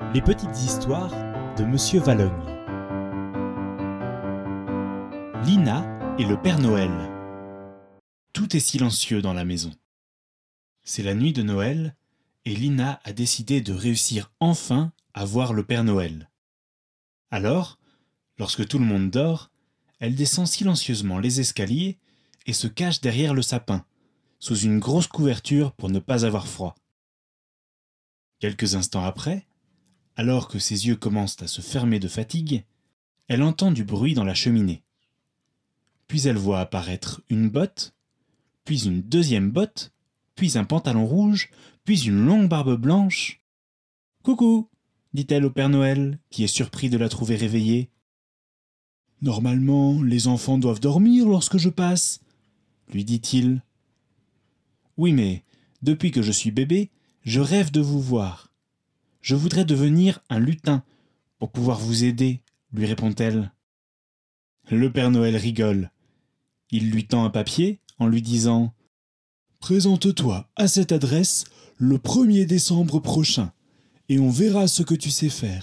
Les petites histoires de Monsieur Valogne. Lina et le Père Noël. Tout est silencieux dans la maison. C'est la nuit de Noël et Lina a décidé de réussir enfin à voir le Père Noël. Alors, lorsque tout le monde dort, elle descend silencieusement les escaliers et se cache derrière le sapin, sous une grosse couverture pour ne pas avoir froid. Quelques instants après, alors que ses yeux commencent à se fermer de fatigue, elle entend du bruit dans la cheminée. Puis elle voit apparaître une botte, puis une deuxième botte, puis un pantalon rouge, puis une longue barbe blanche. « Coucou !» dit-elle au Père Noël, qui est surpris de la trouver réveillée. « Normalement, les enfants doivent dormir lorsque je passe, » lui dit-il. « Oui, mais depuis que je suis bébé, je rêve de vous voir. Je voudrais devenir un lutin pour pouvoir vous aider, » lui répond-elle. Le Père Noël rigole. Il lui tend un papier en lui disant « Présente-toi à cette adresse le 1er décembre prochain et on verra ce que tu sais faire. »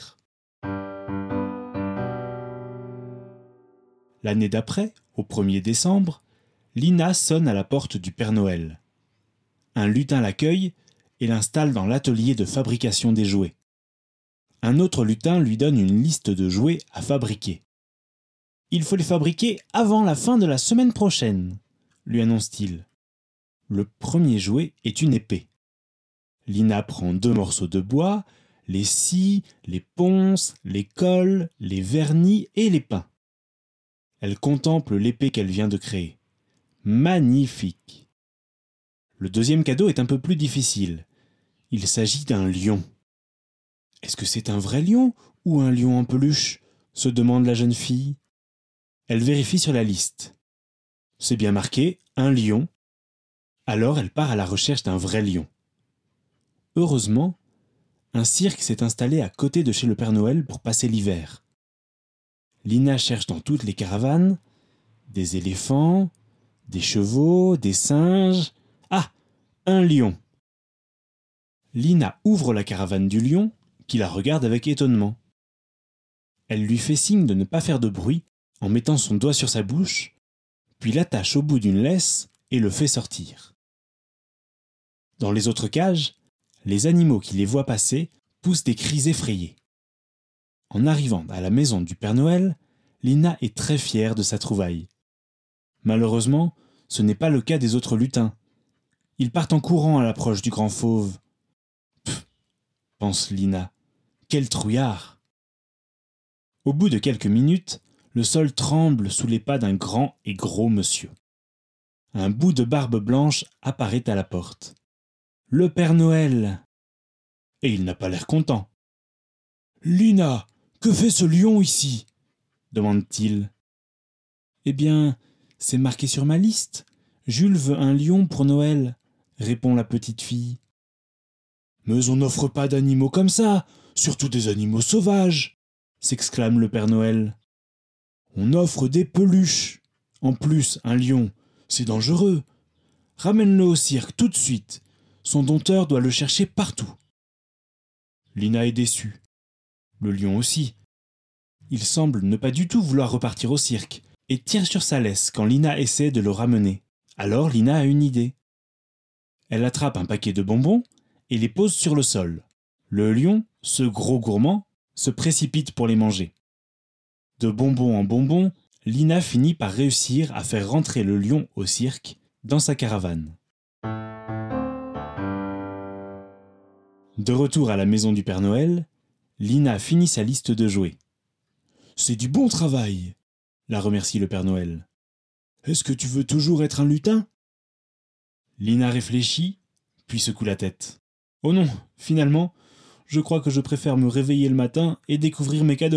L'année d'après, au 1er décembre, Lina sonne à la porte du Père Noël. Un lutin l'accueille et l'installe dans l'atelier de fabrication des jouets. Un autre lutin lui donne une liste de jouets à fabriquer. « Il faut les fabriquer avant la fin de la semaine prochaine, » lui annonce-t-il. Le premier jouet est une épée. Lina prend 2 morceaux de bois, les scie, les ponce, les colle, les vernis et les peint. Elle contemple l'épée qu'elle vient de créer. Magnifique! Le deuxième cadeau est un peu plus difficile. Il s'agit d'un lion. Est-ce que c'est un vrai lion ou un lion en peluche ? Se demande la jeune fille. Elle vérifie sur la liste. C'est bien marqué « un lion ». Alors elle part à la recherche d'un vrai lion. Heureusement, un cirque s'est installé à côté de chez le Père Noël pour passer l'hiver. Lina cherche dans toutes les caravanes des éléphants, des chevaux, des singes. Ah, un lion. Lina ouvre la caravane du lion, qui la regarde avec étonnement. Elle lui fait signe de ne pas faire de bruit en mettant son doigt sur sa bouche, puis l'attache au bout d'une laisse et le fait sortir. Dans les autres cages, les animaux qui les voient passer poussent des cris effrayés. En arrivant à la maison du Père Noël, Lina est très fière de sa trouvaille. Malheureusement, ce n'est pas le cas des autres lutins. Ils partent en courant à l'approche du grand fauve. « Pff !» pense Lina. « Quel trouillard !» Au bout de quelques minutes, le sol tremble sous les pas d'un grand et gros monsieur. Un bout de barbe blanche apparaît à la porte. « Le Père Noël !» Et il n'a pas l'air content. « Lina, que fait ce lion ici ?» demande-t-il. « Eh bien, c'est marqué sur ma liste. Jules veut un lion pour Noël, » répond la petite fille. « Mais on n'offre pas d'animaux comme ça, surtout des animaux sauvages !» s'exclame le Père Noël. « On offre des peluches. En plus, un lion, c'est dangereux. Ramène-le au cirque tout de suite. Son dompteur doit le chercher partout. » Lina est déçue. Le lion aussi. Il semble ne pas du tout vouloir repartir au cirque et tire sur sa laisse quand Lina essaie de le ramener. Alors Lina a une idée. Elle attrape un paquet de bonbons et les pose sur le sol. Le lion, ce gros gourmand, se précipite pour les manger. De bonbon en bonbon, Lina finit par réussir à faire rentrer le lion au cirque dans sa caravane. De retour à la maison du Père Noël, Lina finit sa liste de jouets. « C'est du bon travail !» la remercie le Père Noël. « Est-ce que tu veux toujours être un lutin ?» Lina réfléchit, puis secoue la tête. « Oh non, finalement, je crois que je préfère me réveiller le matin et découvrir mes cadeaux. »